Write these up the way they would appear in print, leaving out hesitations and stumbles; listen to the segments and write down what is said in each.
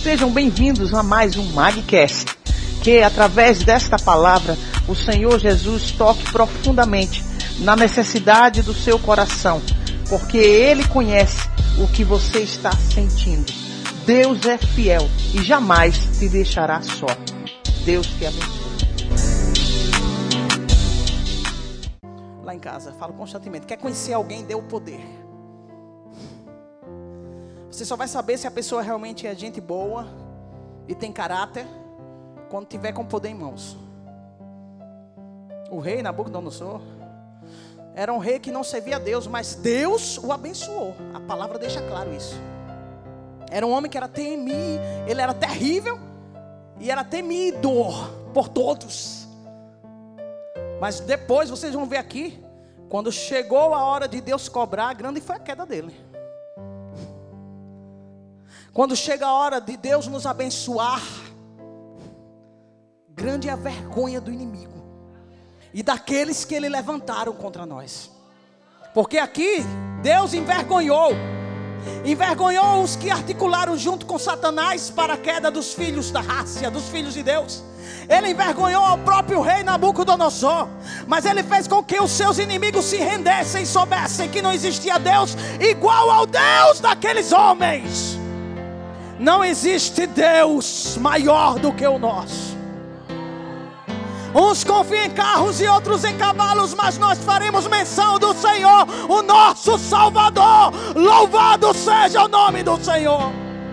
Sejam bem-vindos a mais um Magcast, que através desta palavra o Senhor Jesus toque profundamente na necessidade do seu coração, porque Ele conhece o que você está sentindo. Deus é fiel e jamais te deixará só. Deus te abençoe. Lá em casa, falo constantemente, quer conhecer alguém, dê o poder. Você só vai saber se a pessoa realmente é gente boa e tem caráter quando tiver com poder em mãos. O rei Nabucodonosor era um rei que não servia a Deus, mas Deus o abençoou. A palavra deixa claro isso. Era um homem que era temido, ele era terrível e era temido por todos. Mas depois vocês vão ver aqui, quando chegou a hora de Deus cobrar, grande foi a queda dele. Quando chega a hora de Deus nos abençoar, grande é a vergonha do inimigo e daqueles que ele levantaram contra nós. Porque aqui Deus envergonhou os que articularam junto com Satanás para a queda dos filhos da raça, dos filhos de Deus. Ele envergonhou o próprio rei Nabucodonosor, mas ele fez com que os seus inimigos se rendessem e soubessem que não existia Deus igual ao Deus daqueles homens. Não existe Deus maior do que o nosso. Uns confiam em carros e outros em cavalos, mas nós faremos menção do Senhor, o nosso Salvador. Louvado seja o nome do Senhor.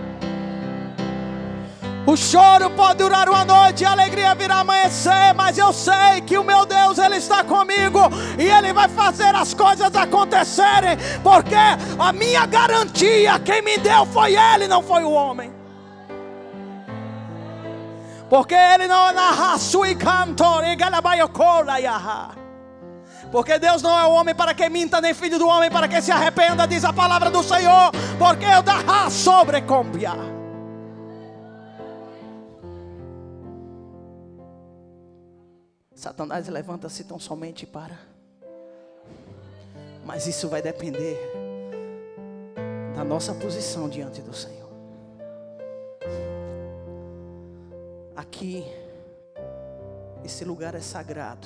O choro pode durar uma noite, a alegria virá amanhecer, mas eu sei que o meu Deus, Ele está comigo e Ele vai fazer as coisas acontecerem, porque a minha garantia, quem me deu foi Ele, não foi o homem. Porque Ele não narra sui cantor e galabaiocola yaha. Porque Deus não é o homem para que minta, nem filho do homem para que se arrependa, diz a palavra do Senhor. Porque eu dará sobrecombia. Satanás levanta-se tão somente para. Mas isso vai depender da nossa posição diante do Senhor. Aqui, esse lugar é sagrado.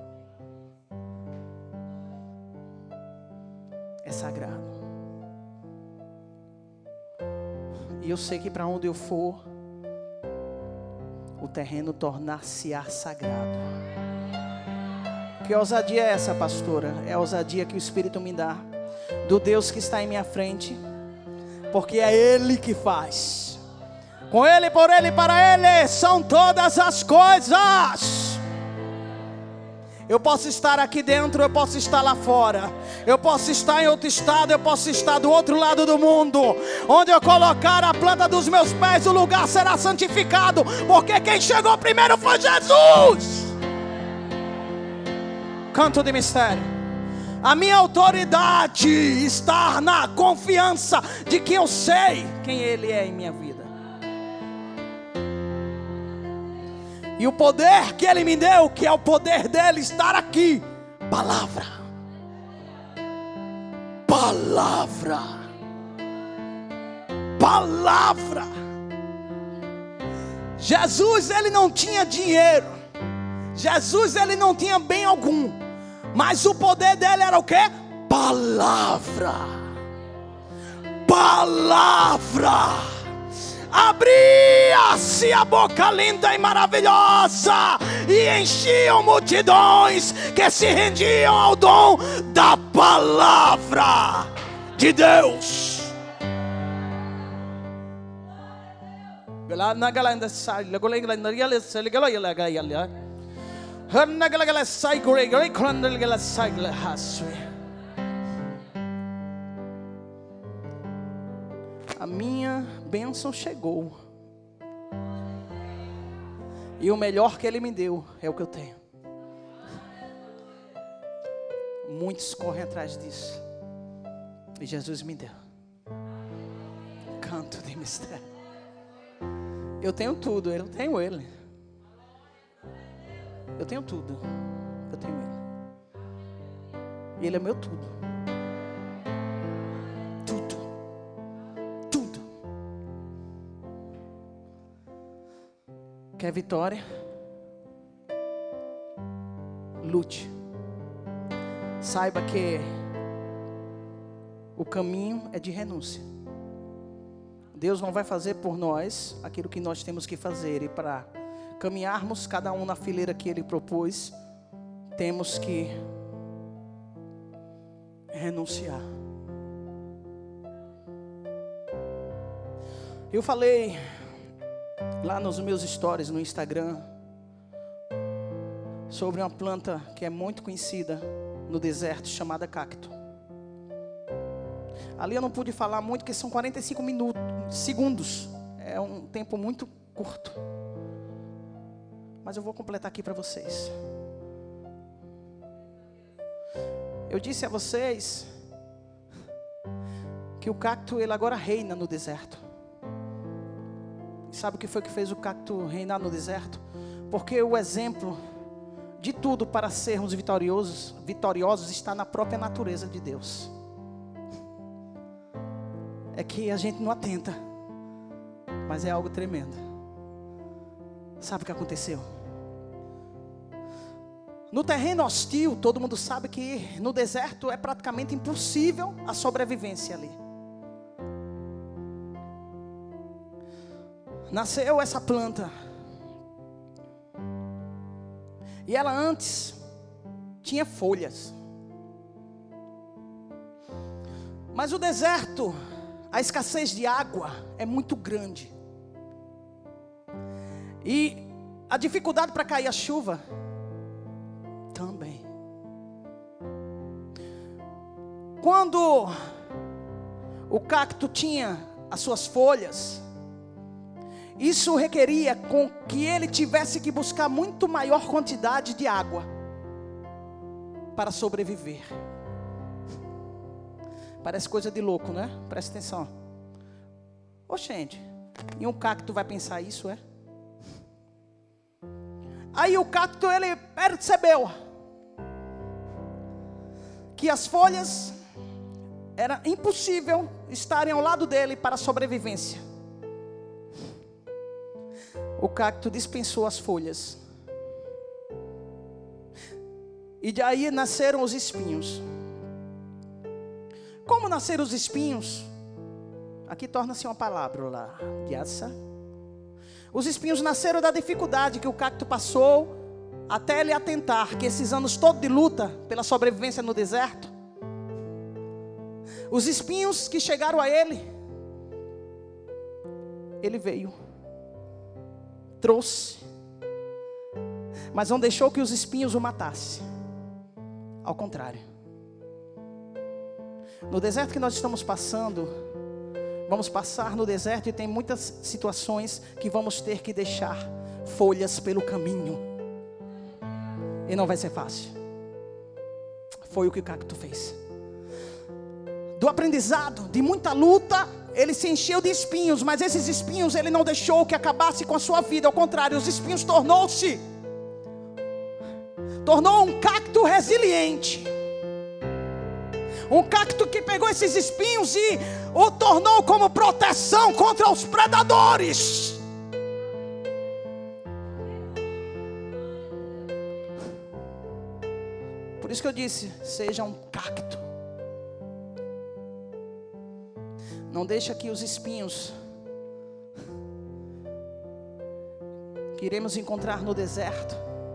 É sagrado. E eu sei que para onde eu for, o terreno tornar-se-á sagrado. Que ousadia é essa, pastora? É a ousadia que o Espírito me dá, do Deus que está em minha frente, porque é Ele que faz. Com Ele, por Ele, para Ele são todas as coisas. Eu posso estar aqui dentro, eu posso estar lá fora, eu posso estar em outro estado, eu posso estar do outro lado do mundo. Onde eu colocar a planta dos meus pés, o lugar será santificado, porque quem chegou primeiro foi Jesus. Canto de mistério. A minha autoridade está na confiança de que eu sei quem Ele é em minha vida. E o poder que Ele me deu, que é o poder dEle estar aqui. Palavra. Palavra. Palavra. Jesus, Ele não tinha dinheiro. Jesus, Ele não tinha bem algum. Mas o poder dele era o quê? Palavra. Palavra. Abria-se a boca linda e maravilhosa e enchiam multidões que se rendiam ao dom da palavra de Deus. A minha bênção chegou. E o melhor que Ele me deu é o que eu tenho. Muitos correm atrás disso. E Jesus me deu. Canto de mistério. Eu tenho tudo, eu tenho Ele. Eu tenho tudo. Eu tenho Ele. E Ele é meu tudo. Tudo. Tudo. Quer vitória? Lute. Saiba que o caminho é de renúncia. Deus não vai fazer por nós aquilo que nós temos que fazer. E para caminharmos cada um na fileira que Ele propôs, temos que renunciar. Eu falei lá nos meus stories no Instagram sobre uma planta que é muito conhecida no deserto, chamada cacto. Ali eu não pude falar muito, porque são 45 segundos. É um tempo muito curto. Mas eu vou completar aqui para vocês. Eu disse a vocês que o cacto, ele agora reina no deserto. E sabe o que foi que fez o cacto reinar no deserto? Porque o exemplo de tudo para sermos vitoriosos está na própria natureza de Deus. É que a gente não atenta, mas é algo tremendo. Sabe o que aconteceu? No terreno hostil, todo mundo sabe que no deserto é praticamente impossível a sobrevivência ali. Nasceu essa planta. E ela antes tinha folhas. Mas o deserto, a escassez de água é muito grande. E a dificuldade para cair a chuva também. Quando o cacto tinha as suas folhas, isso requeria com que ele tivesse que buscar muito maior quantidade de água para sobreviver. Parece coisa de louco, né? Presta atenção. Oxente, e um cacto vai pensar isso, é? Aí o cacto, ele percebeu que as folhas era impossível estarem ao lado dele para a sobrevivência. O cacto dispensou as folhas. E daí nasceram os espinhos. Como nasceram os espinhos? Aqui torna-se uma palavra lá. Os espinhos nasceram da dificuldade que o cacto passou até ele atentar que esses anos todos de luta pela sobrevivência no deserto, os espinhos que chegaram a ele veio, trouxe, mas não deixou que os espinhos o matassem. Ao contrário, no deserto que nós estamos passando, vamos passar no deserto e tem muitas situações que vamos ter que deixar folhas pelo caminho. E não vai ser fácil. Foi o que o cacto fez. Do aprendizado, de muita luta, ele se encheu de espinhos, mas esses espinhos ele não deixou que acabasse com a sua vida. Ao contrário, os espinhos tornou um cacto resiliente. Um cacto que pegou esses espinhos e o tornou como proteção contra os predadores. Por isso que eu disse, seja um cacto. Não deixa que os espinhos que iremos encontrar no deserto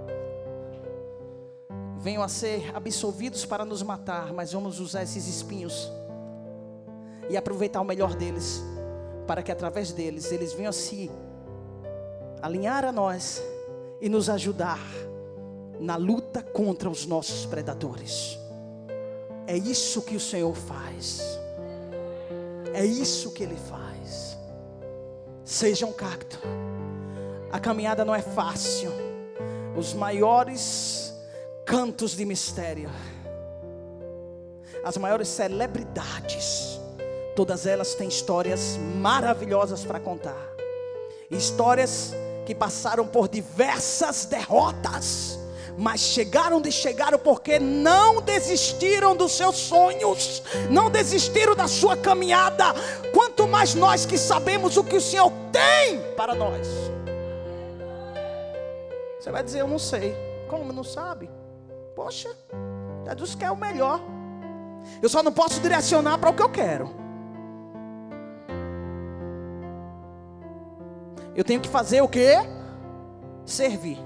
venham a ser absolvidos para nos matar, mas vamos usar esses espinhos e aproveitar o melhor deles, para que através deles, eles venham a se alinhar a nós e nos ajudar na luta contra os nossos predadores. É isso que o Senhor faz. É isso que Ele faz. Seja um cacto. A caminhada não é fácil. Os maiores cantos de mistério, as maiores celebridades, todas elas têm histórias maravilhosas para contar. Histórias que passaram por diversas derrotas, mas chegaram porque não desistiram dos seus sonhos, não desistiram da sua caminhada. Quanto mais nós que sabemos o que o Senhor tem para nós. Você vai dizer, eu não sei. Como não sabe? Poxa, Jesus quer o melhor. Eu só não posso direcionar para o que eu quero. Eu tenho que fazer o quê? Servir.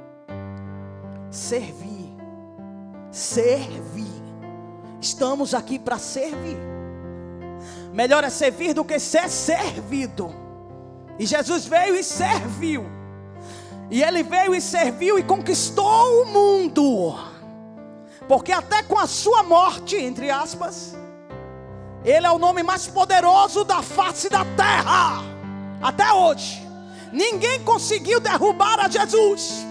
Servir. Servir. Estamos aqui para servir. Melhor é servir do que ser servido. E Jesus veio e serviu. E Ele veio e serviu e conquistou o mundo. Porque até com a sua morte, entre aspas, Ele é o nome mais poderoso da face da terra. Até hoje. Ninguém conseguiu derrubar a Jesus.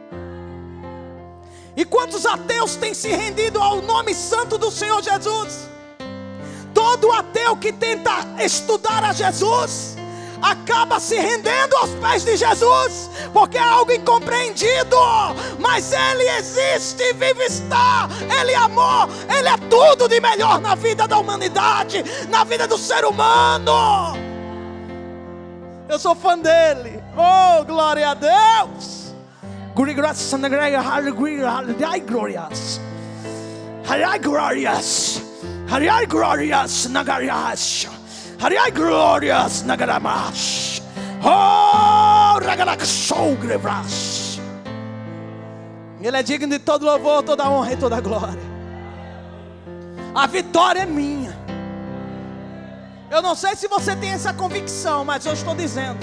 E quantos ateus têm se rendido ao nome santo do Senhor Jesus? Todo ateu que tenta estudar a Jesus acaba se rendendo aos pés de Jesus, porque é algo incompreendido. Mas Ele existe, vive está. Ele amou, Ele é tudo de melhor na vida da humanidade, na vida do ser humano. Eu sou fã dele. Oh, glória a Deus. Glorious. Glorious Nagaramash. Oh, Ragalakshogrevras. Ele é digno de todo louvor, toda honra e toda glória. A vitória é minha. Eu não sei se você tem essa convicção, mas eu estou dizendo: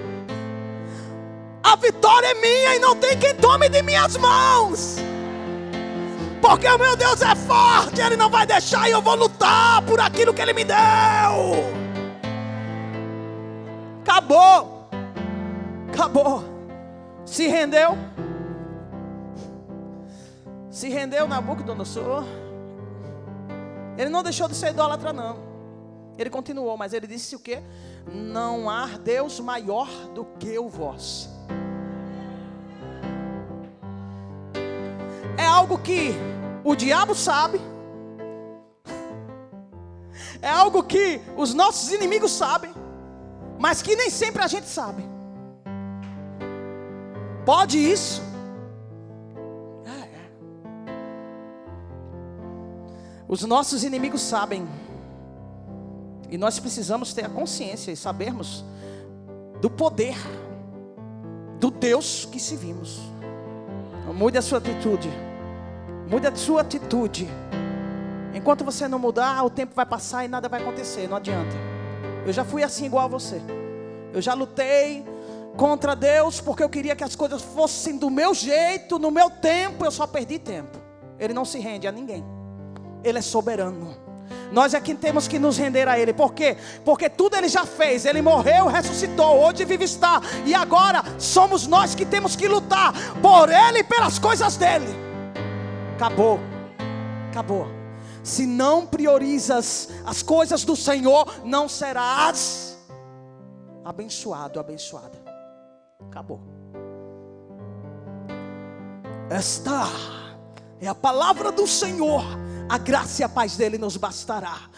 a vitória é minha e não tem quem tome de minhas mãos. Porque o meu Deus é forte, Ele não vai deixar e eu vou lutar por aquilo que Ele me deu. Acabou. Acabou. Se rendeu. Se rendeu Nabucodonosor. Ele não deixou de ser idólatra, não. Ele continuou, mas ele disse o quê? Não há Deus maior do que o vosso. É algo que o diabo sabe. É algo que os nossos inimigos sabem, mas que nem sempre a gente sabe. Pode isso? Os nossos inimigos sabem. E nós precisamos ter a consciência e sabermos do poder do Deus que servimos. Mude a sua atitude. Mude a sua atitude. Enquanto você não mudar, o tempo vai passar e nada vai acontecer. Não adianta. Eu já fui assim igual a você. Eu já lutei contra Deus porque eu queria que as coisas fossem do meu jeito, no meu tempo. Eu só perdi tempo. Ele não se rende a ninguém. Ele é soberano. Nós é que temos que nos render a Ele. Por quê? Porque tudo Ele já fez. Ele morreu, ressuscitou, hoje vive está. E agora somos nós que temos que lutar por Ele e pelas coisas dEle. Acabou. Acabou. Se não priorizas as coisas do Senhor, não serás abençoado, abençoada. Acabou. Esta é a palavra do Senhor. A graça e a paz dele nos bastará.